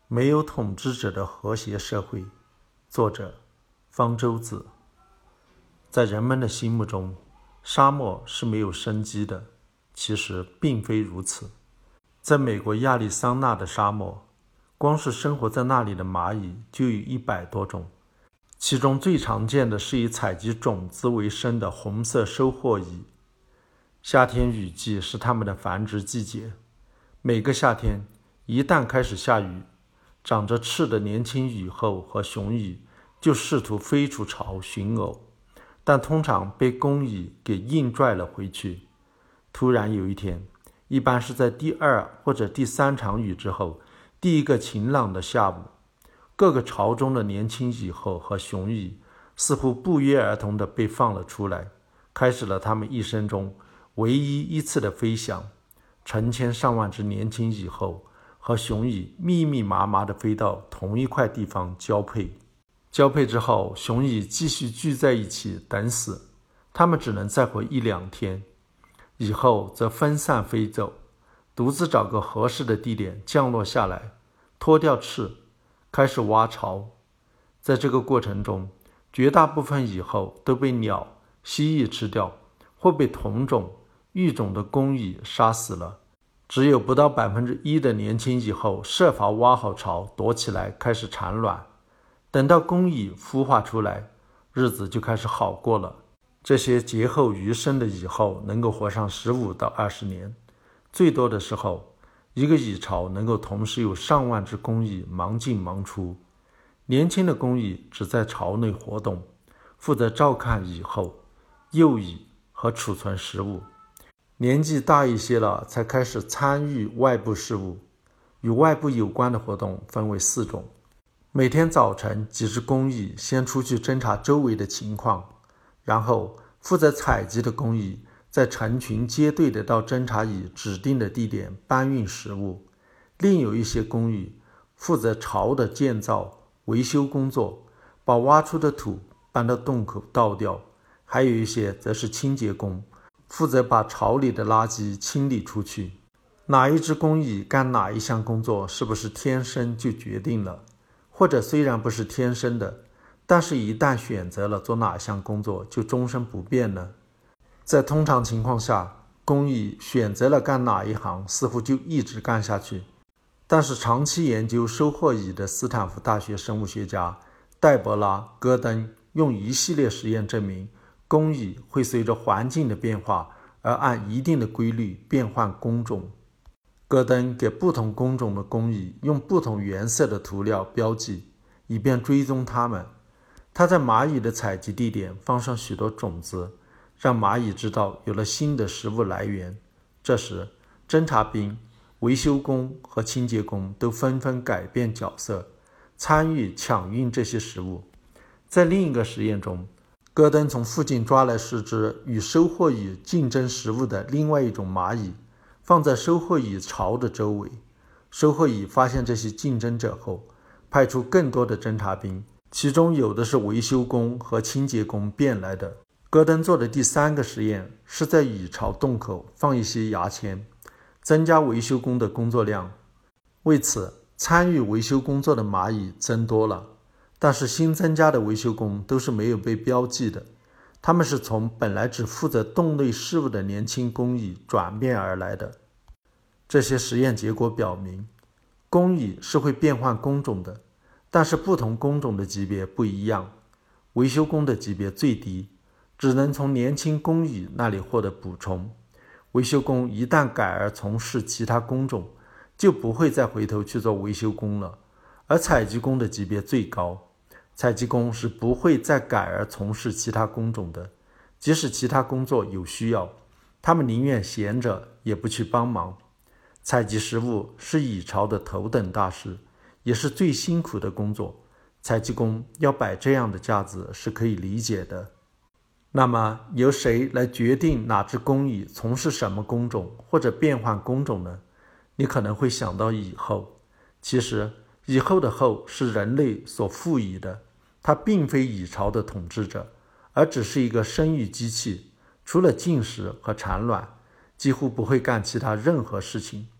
没有统治者的和谐社会。作者方舟子。在人们的心目中，沙漠是没有生机的，其实并非如此。在美国亚利桑那的沙漠，光是生活在那里的蚂蚁就有100多种，其中最常见的是以采集种子为生的红色收获蚁。夏天雨季是它们的繁殖季节，每个夏天一旦开始下雨，长着翅的年轻蚁后和雄蚁就试图飞出巢寻偶，但通常被公蚁给硬拽了回去。突然有一天，一般是在第2或者第3场雨之后，第一个晴朗的下午，各个巢中的年轻蚁后和雄蚁似乎不约而同地被放了出来，开始了他们一生中唯一一次的飞翔。成千上万只年轻蚁后和雄蚁密密麻麻地飞到同一块地方交配。交配之后，雄蚁继续聚在一起等死，它们只能再活1-2天，以后则分散飞走，独自找个合适的地点降落下来，脱掉翅，开始挖巢。在这个过程中，绝大部分蚁后都被鸟、蜥蜴吃掉，或被同种、育种的公蚁杀死了。只有不到1%的年轻蚁后设法挖好巢，躲起来开始产卵。等到公蚁孵化出来，日子就开始好过了。这些劫后余生的蚁后能够活上15到20年，最多的时候，一个蚁巢能够同时有上万只公蚁忙进忙出。年轻的公蚁只在巢内活动，负责照看蚁后、幼蚁和储存食物。年纪大一些了，才开始参与外部事务。与外部有关的活动分为4种。每天早晨，几只公蚁先出去侦察周围的情况，然后负责采集的公蚁再成群结队地到侦察蚁指定的地点搬运食物。另有一些公蚁负责巢的建造、维修工作，把挖出的土搬到洞口倒掉。还有一些则是清洁工，负责把巢里的垃圾清理出去。哪一只公蚁干哪一项工作，是不是天生就决定了？或者虽然不是天生的，但是一旦选择了做哪项工作，就终身不变呢？在通常情况下，公蚁选择了干哪一行，似乎就一直干下去。但是长期研究收获蚁的斯坦福大学生物学家黛博拉·戈登用一系列实验证明，公蚁会随着环境的变化而按一定的规律变换工种。戈登给不同工种的公蚁用不同颜色的涂料标记，以便追踪它们。他在蚂蚁的采集地点放上许多种子，让蚂蚁知道有了新的食物来源。这时，侦察兵、维修工和清洁工都纷纷改变角色，参与抢运这些食物。在另一个实验中，戈登从附近抓来10只与收获蚁竞争食物的另外一种蚂蚁，放在收获蚁巢的周围。收获蚁发现这些竞争者后，派出更多的侦察兵，其中有的是维修工和清洁工变来的。戈登做的第3个实验是在蚁巢洞口放一些牙签，增加维修工的工作量。为此，参与维修工作的蚂蚁增多了，但是新增加的维修工都是没有被标记的，他们是从本来只负责洞内事务的年轻工蚁转变而来的。这些实验结果表明，工蚁是会变换工种的，但是不同工种的级别不一样。维修工的级别最低，只能从年轻工蚁那里获得补充。维修工一旦改而从事其他工种，就不会再回头去做维修工了。而采集工的级别最高，采集工是不会再改而从事其他工种的，即使其他工作有需要，他们宁愿闲着也不去帮忙。采集食物是蚁巢的头等大事，也是最辛苦的工作。采集工要摆这样的架子是可以理解的。那么由谁来决定哪只工蚁从事什么工种或者变换工种呢？你可能会想到蚁后。其实蚁后的后是人类所赋予的，它并非蚁巢的统治者，而只是一个生育机器，除了进食和产卵，几乎不会干其他任何事情。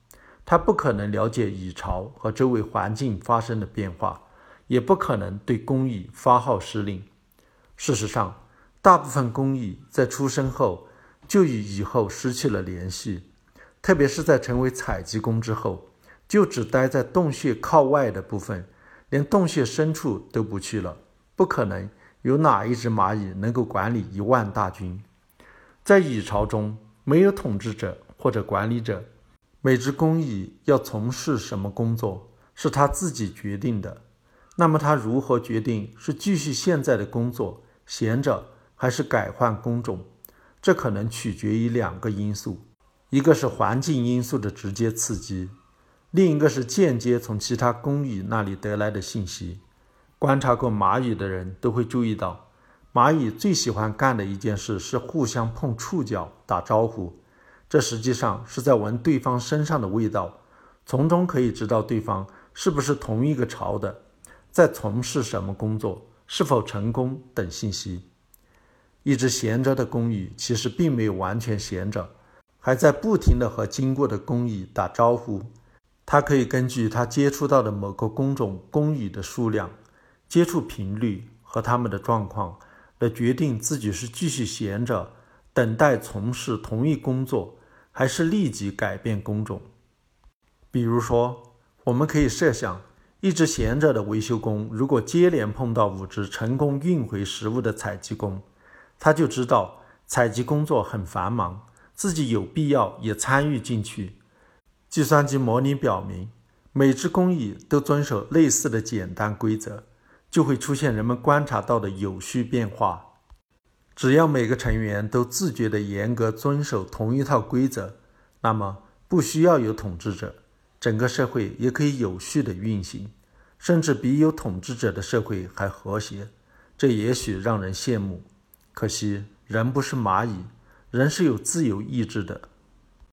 他不可能了解蚁巢和周围环境发生的变化，也不可能对工蚁发号施令。事实上，大部分工蚁在出生后就与蚁后失去了联系，特别是在成为采集工之后，就只待在洞穴靠外的部分，连洞穴深处都不去了。不可能有哪一只蚂蚁能够管理10000大军。在蚁巢中没有统治者或者管理者，每只工蚁要从事什么工作是它自己决定的。那么它如何决定是继续现在的工作，闲着，还是改换工种？这可能取决于2个因素，一个是环境因素的直接刺激，另一个是间接从其他工蚁那里得来的信息。观察过蚂蚁的人都会注意到，蚂蚁最喜欢干的一件事是互相碰触角打招呼，这实际上是在闻对方身上的味道，从中可以知道对方是不是同一个巢的，在从事什么工作，是否成功等信息。一只闲着的工蚁其实并没有完全闲着，还在不停地和经过的工蚁打招呼。它可以根据它接触到的某个工种工蚁的数量、接触频率和它们的状况，来决定自己是继续闲着，等待从事同一工作，还是立即改变工种。比如说，我们可以设想，一直闲着的维修工如果接连碰到5只成功运回食物的采集工，他就知道采集工作很繁忙，自己有必要也参与进去。计算机模拟表明，每只工蚁都遵守类似的简单规则，就会出现人们观察到的有序变化。只要每个成员都自觉地严格遵守同一套规则，那么不需要有统治者，整个社会也可以有序地运行，甚至比有统治者的社会还和谐。这也许让人羡慕。可惜人不是蚂蚁，人是有自由意志的。